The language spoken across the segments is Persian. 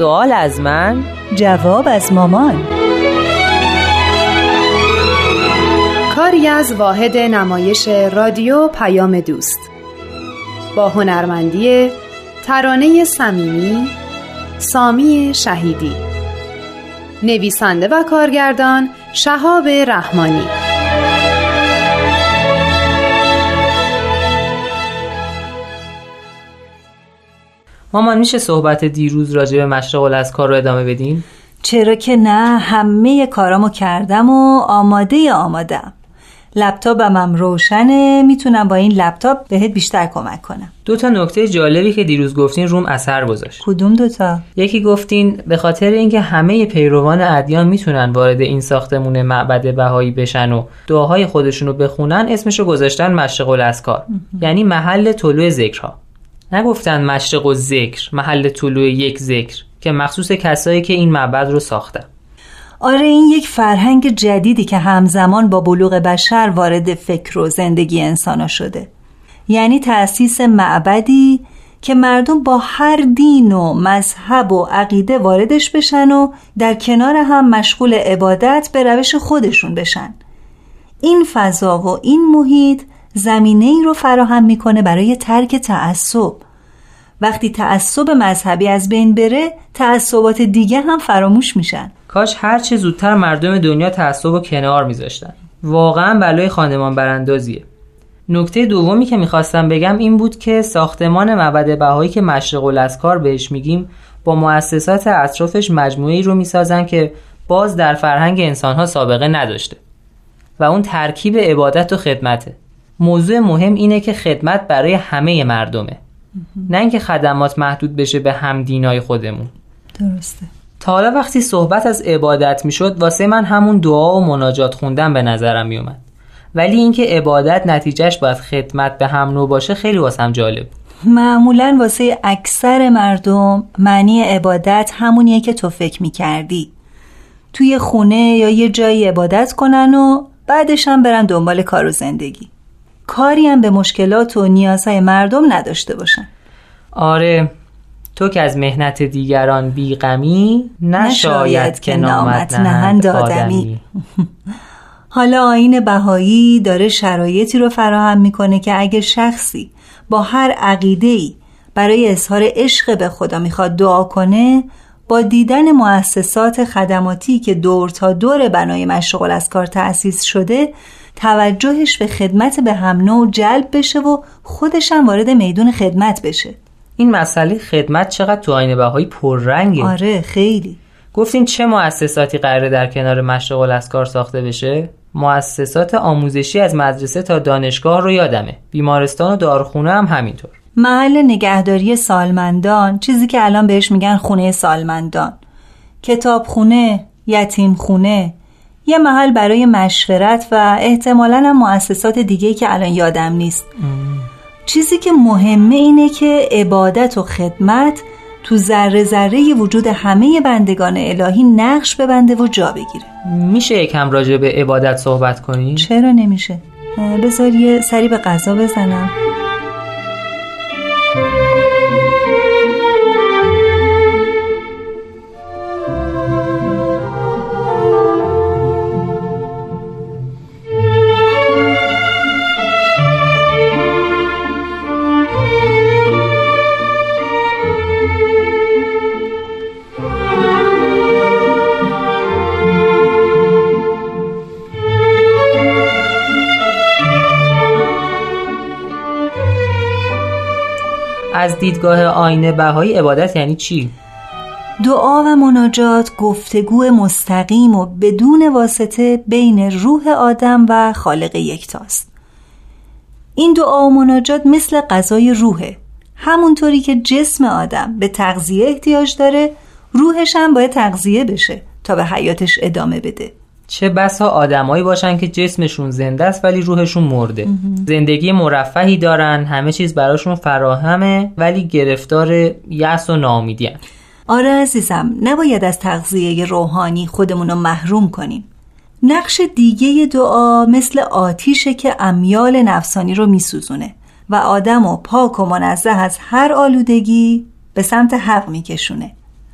سوال از من، جواب از مامان. کاری از واحد نمایش رادیو پیام دوست با هنرمندی ترانه صمیمی، سامی شهیدی، نویسنده و کارگردان شهاب رحمانی. مامان میشه صحبت دیروز راجع به مشرق الاسکار رو ادامه بدیم؟ چرا که نه، همه کارامو کردم و آمادم. لپتاپم هم روشنه، میتونم با این لپتاپ بهت بیشتر کمک کنم. 2 نکته جالبی که دیروز گفتین روم اثر گذاشت. کدوم 2 تا؟ یکی گفتین به خاطر اینکه همه پیروان ادیان میتونن وارد این ساختمون معبد بهایی بشن و دعاهای خودشونو بخونن، اسمشو گذاشتن مشرق الاسکار، یعنی محل طلوع ذکرها. نگفتن مشرق و ذکر، محل طلوع یک ذکر، که مخصوص کسایی که این معبد رو ساختن. آره، این یک فرهنگ جدیدی که همزمان با بلوغ بشر وارد فکر و زندگی انسانا شده. یعنی تأسیس معبدی که مردم با هر دین و مذهب و عقیده واردش بشن و در کنار هم مشغول عبادت به روش خودشون بشن. این فضا و این محیط زمینه‌ای رو فراهم میکنه برای ترک تعصب. وقتی تعصب مذهبی از بین بره، تعصبات دیگه هم فراموش میشن. کاش هر چه زودتر مردم دنیا تعصب رو کنار میذاشتن. واقعا بلای خانمان براندازیه. نکته دومی که میخواستم بگم این بود که ساختمان معبد بهایی که مشرق الاسکار بهش میگیم، با مؤسسات اطرافش مجموعه‌ای رو میسازن که باز در فرهنگ انسانها سابقه نداشته و اون ترکیب عبادت و خدمته. موضوع مهم اینه که خدمت برای همه مردمه، نه اینکه خدمات محدود بشه به هم دینای خودمون. درسته. تا حالا وقتی صحبت از عبادت میشد، واسه من همون دعا و مناجات خوندن به نظرم میومد، ولی اینکه عبادت نتیجهش باید خدمت به هم نوع باشه خیلی واسم جالب. معمولاً واسه اکثر مردم معنی عبادت همونیه که تو فکر میکردی، توی خونه یا یه جایی عبادت کنن و بعدش هم برن دنبال کار و زندگی، کاری هم به مشکلات و نیازهای مردم نداشته باشن. آره، تو که از مهنت دیگران بیغمی، نشاید که نامت نهند آدمی. حالا آیین بهایی داره شرایطی رو فراهم میکنه که اگه شخصی با هر عقیده‌ای برای اظهار عشق به خدا میخواد دعا کنه، با دیدن مؤسسات خدماتی که دور تا دور بنای مشرق الاسکار تأسیس شده، توجهش به خدمت به هم نوع جلب بشه و خودش هم وارد میدون خدمت بشه. این مسئله خدمت چقدر تو آیین بهایی پررنگه. آره، خیلی. گفتین چه مؤسساتی قراره در کنار مشرق الاسکار ساخته بشه؟ مؤسسات آموزشی از مدرسه تا دانشگاه رو یادمه، بیمارستان و داروخونه هم همینطور. محل نگهداری سالمندان، چیزی که الان بهش میگن خونه سالمندان، کتابخونه، یتیمخونه، یه محل برای مشورت و احتمالاً هم مؤسسات دیگه‌ای که الان یادم نیست. چیزی که مهمه اینه که عبادت و خدمت تو ذره ذره وجود همه بندگان الهی نقش ببنده و جا بگیره. میشه یکم راجع به عبادت صحبت کنی؟ چرا نمیشه؟ بذار یه سری به غذا بزنم. از دیدگاه آیین بهایی عبادت یعنی چی؟ دعا و مناجات گفتگو مستقیم و بدون واسطه بین روح آدم و خالق یکتاست. این دعا و مناجات مثل غذای روحه. همونطوری که جسم آدم به تغذیه احتیاج داره، روحش هم باید تغذیه بشه تا به حیاتش ادامه بده. چه بسا آدمایی باشن که جسمشون زنده است ولی روحشون مرده. زندگی مرفهی دارن، همه چیز براشون فراهمه ولی گرفتار یأس و ناامیدی هستن. آره عزیزم، نباید از تغذیه روحانی خودمونو محروم کنیم. نقش دیگه دعا مثل آتیشه که امیال نفسانی رو میسوزونه و آدمو پاک و منزه از هر آلودگی به سمت حق میکشونه.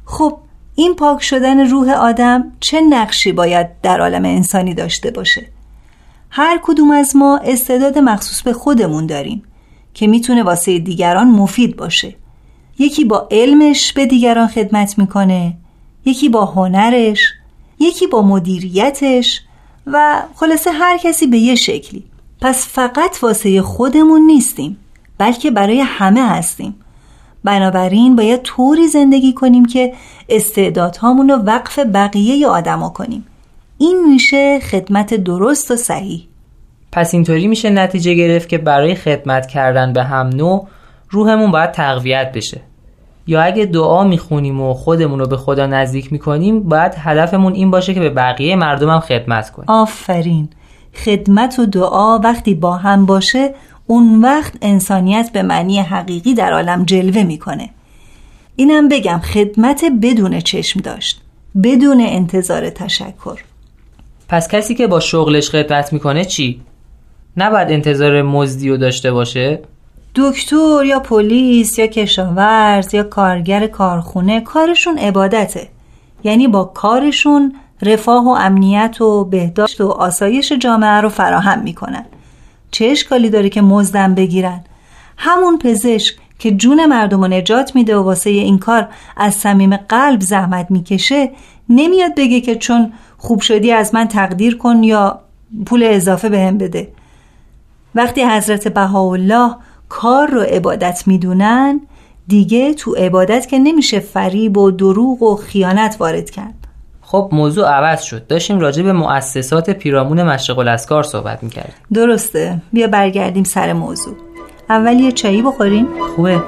خب این پاک شدن روح آدم چه نقشی باید در عالم انسانی داشته باشه؟ هر کدوم از ما استعداد مخصوص به خودمون داریم که میتونه واسه دیگران مفید باشه. یکی با علمش به دیگران خدمت میکنه، یکی با هنرش، یکی با مدیریتش و خلاصه هر کسی به یه شکلی. پس فقط واسه خودمون نیستیم، بلکه برای همه هستیم. بنابراین باید طوری زندگی کنیم که استعدادهامون رو وقف بقیه آدما کنیم. این میشه خدمت درست و صحیح. پس اینطوری میشه نتیجه گرفت که برای خدمت کردن به هم نوع روحمون باید تقویت بشه. یا اگه دعا میخونیم و خودمون رو به خدا نزدیک میکنیم، باید هدفمون این باشه که به بقیه مردم هم خدمت کنیم. آفرین. خدمت و دعا وقتی با هم باشه، اون وقت انسانیت به معنی حقیقی در عالم جلوه میکنه. اینم بگم خدمت بدون چشم داشت، بدون انتظار تشکر. پس کسی که با شغلش خدمت میکنه چی؟ نباید انتظار مزدی رو داشته باشه؟ دکتر یا پلیس یا کشاورز یا کارگر کارخونه کارشون عبادته. یعنی با کارشون رفاه و امنیت و بهداشت و آسایش جامعه رو فراهم میکنن. چه اشکالی داره که مزدم بگیرن؟ همون پزشک که جون مردم رو نجات میده و واسه این کار از صمیم قلب زحمت میکشه، نمیاد بگه که چون خوب شدی از من تقدیر کن یا پول اضافه بهم بده. وقتی حضرت بهاءالله کار رو عبادت میدونن، دیگه تو عبادت که نمیشه فریب و دروغ و خیانت وارد کرد. خب موضوع عوض شد. داشتیم راجع به مؤسسات پیرامون مشرق الاسکار صحبت میکردیم. درسته. بیا برگردیم سر موضوع. اول یه چایی بخوریم؟ خوبه.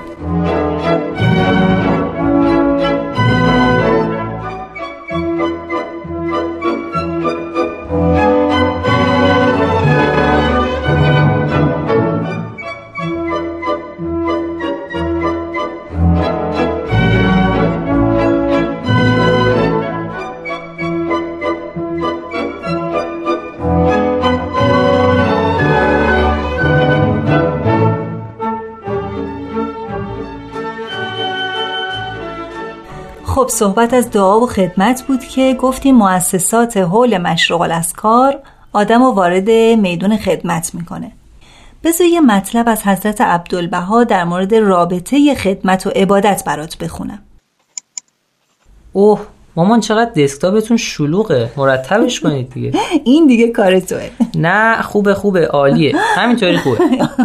خب صحبت از دعا و خدمت بود که گفتیم مؤسسات حول مشرق الاسکار آدم رو وارد میدون خدمت میکنه. بذار یه مطلب از حضرت عبدالبها در مورد رابطه خدمت و عبادت برات بخونم. اوه مامان چقدر دسکتاپتون شلوغه، مرتبش کنید دیگه. این دیگه کار توه. نه خوبه عالیه، همینطوری خوبه.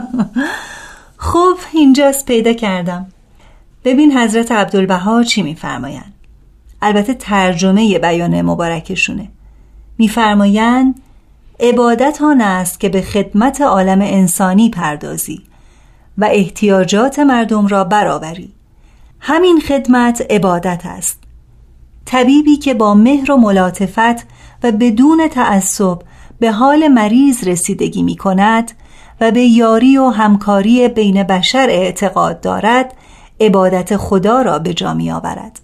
خب اینجاست پیدا کردم. ببین حضرت عبدالبها چی میفرمایند. البته ترجمه بیان مبارکشونه. میفرمایند عبادت آن است که به خدمت عالم انسانی پردازی و احتیاجات مردم را برآوری. همین خدمت عبادت است. طبیبی که با مهر و ملاطفت و بدون تعصب به حال مریض رسیدگی می کند و به یاری و همکاری بین بشر اعتقاد دارد، عبادت خدا را به جا می آورد.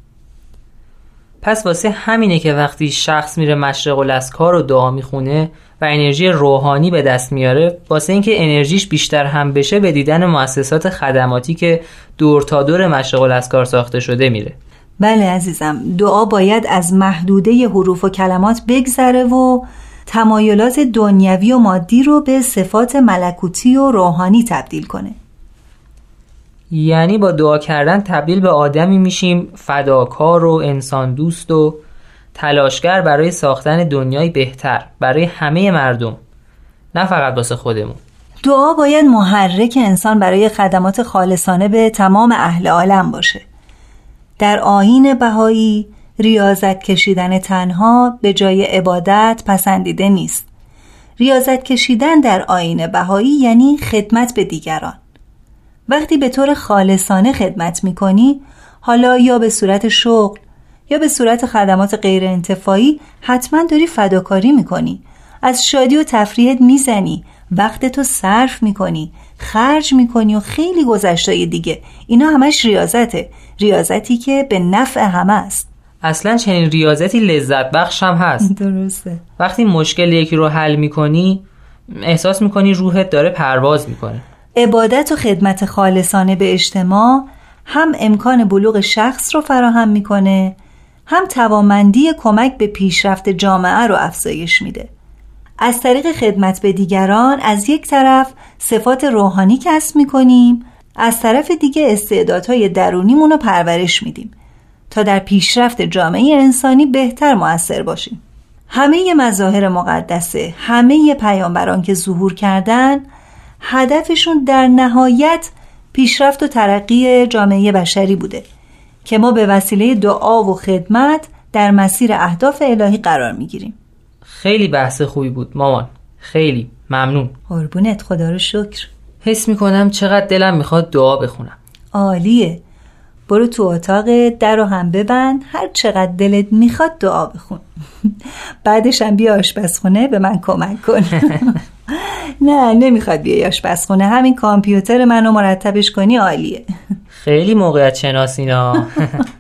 پس واسه همینه که وقتی شخص میره مشرق الاسکار رو دعا میخونه و انرژی روحانی به دست میاره، واسه اینکه انرژیش بیشتر هم بشه به دیدن مؤسسات خدماتی که دور تا دور مشرق الاسکار ساخته شده میره. بله عزیزم، دعا باید از محدوده حروف و کلمات بگذره و تمایلات دنیوی و مادی رو به صفات ملکوتی و روحانی تبدیل کنه. یعنی با دعا کردن تبدیل به آدمی میشیم فداکار و انسان دوست و تلاشگر برای ساختن دنیای بهتر برای همه مردم، نه فقط واسه خودمون. دعا باید محرک انسان برای خدمات خالصانه به تمام اهل عالم باشه. در آیین بهایی ریاضت کشیدن تنها به جای عبادت پسندیده نیست. ریاضت کشیدن در آیین بهایی یعنی خدمت به دیگران. وقتی به طور خالصانه خدمت میکنی، حالا یا به صورت شغل یا به صورت خدمات غیر انتفاعی، حتما داری فداکاری میکنی. از شادی و تفریحت میزنی، وقتتو صرف میکنی، خرج میکنی و خیلی گذشتای دیگه. اینا همش ریاضته، ریاضتی که به نفع همه است. اصلا چنین ریاضتی لذت بخش هم هست. درسته. وقتی مشکل یکی رو حل میکنی، احساس میکنی روحت داره پرواز میکنه. عبادت و خدمت خالصانه به اجتماع هم امکان بلوغ شخص رو فراهم میکنه، هم توانمندی کمک به پیشرفت جامعه رو افزایش میده. از طریق خدمت به دیگران از یک طرف صفات روحانی کسب میکنیم، از طرف دیگه استعدادهای درونیمون رو پرورش میدیم تا در پیشرفت جامعه انسانی بهتر مؤثر باشیم. همه مظاهر مقدسه، همه پیامبران که ظهور کردن، هدفشون در نهایت پیشرفت و ترقی جامعه بشری بوده که ما به وسیله دعا و خدمت در مسیر اهداف الهی قرار میگیریم. خیلی بحث خوبی بود مامان، خیلی ممنون. قربونت، خدا رو شکر. حس میکنم چقدر دلم میخواد دعا بخونم. عالیه، برو تو اتاق، در رو هم ببند، هر چقدر دلت میخواد دعا بخون. بعدش هم بیا آشپزخونه به من کمک کن. نه نمیخواد بیای آشپزخونه، همین کامپیوتر منو مرتبش کنی عالیه. خیلی موقعیت شناسینا.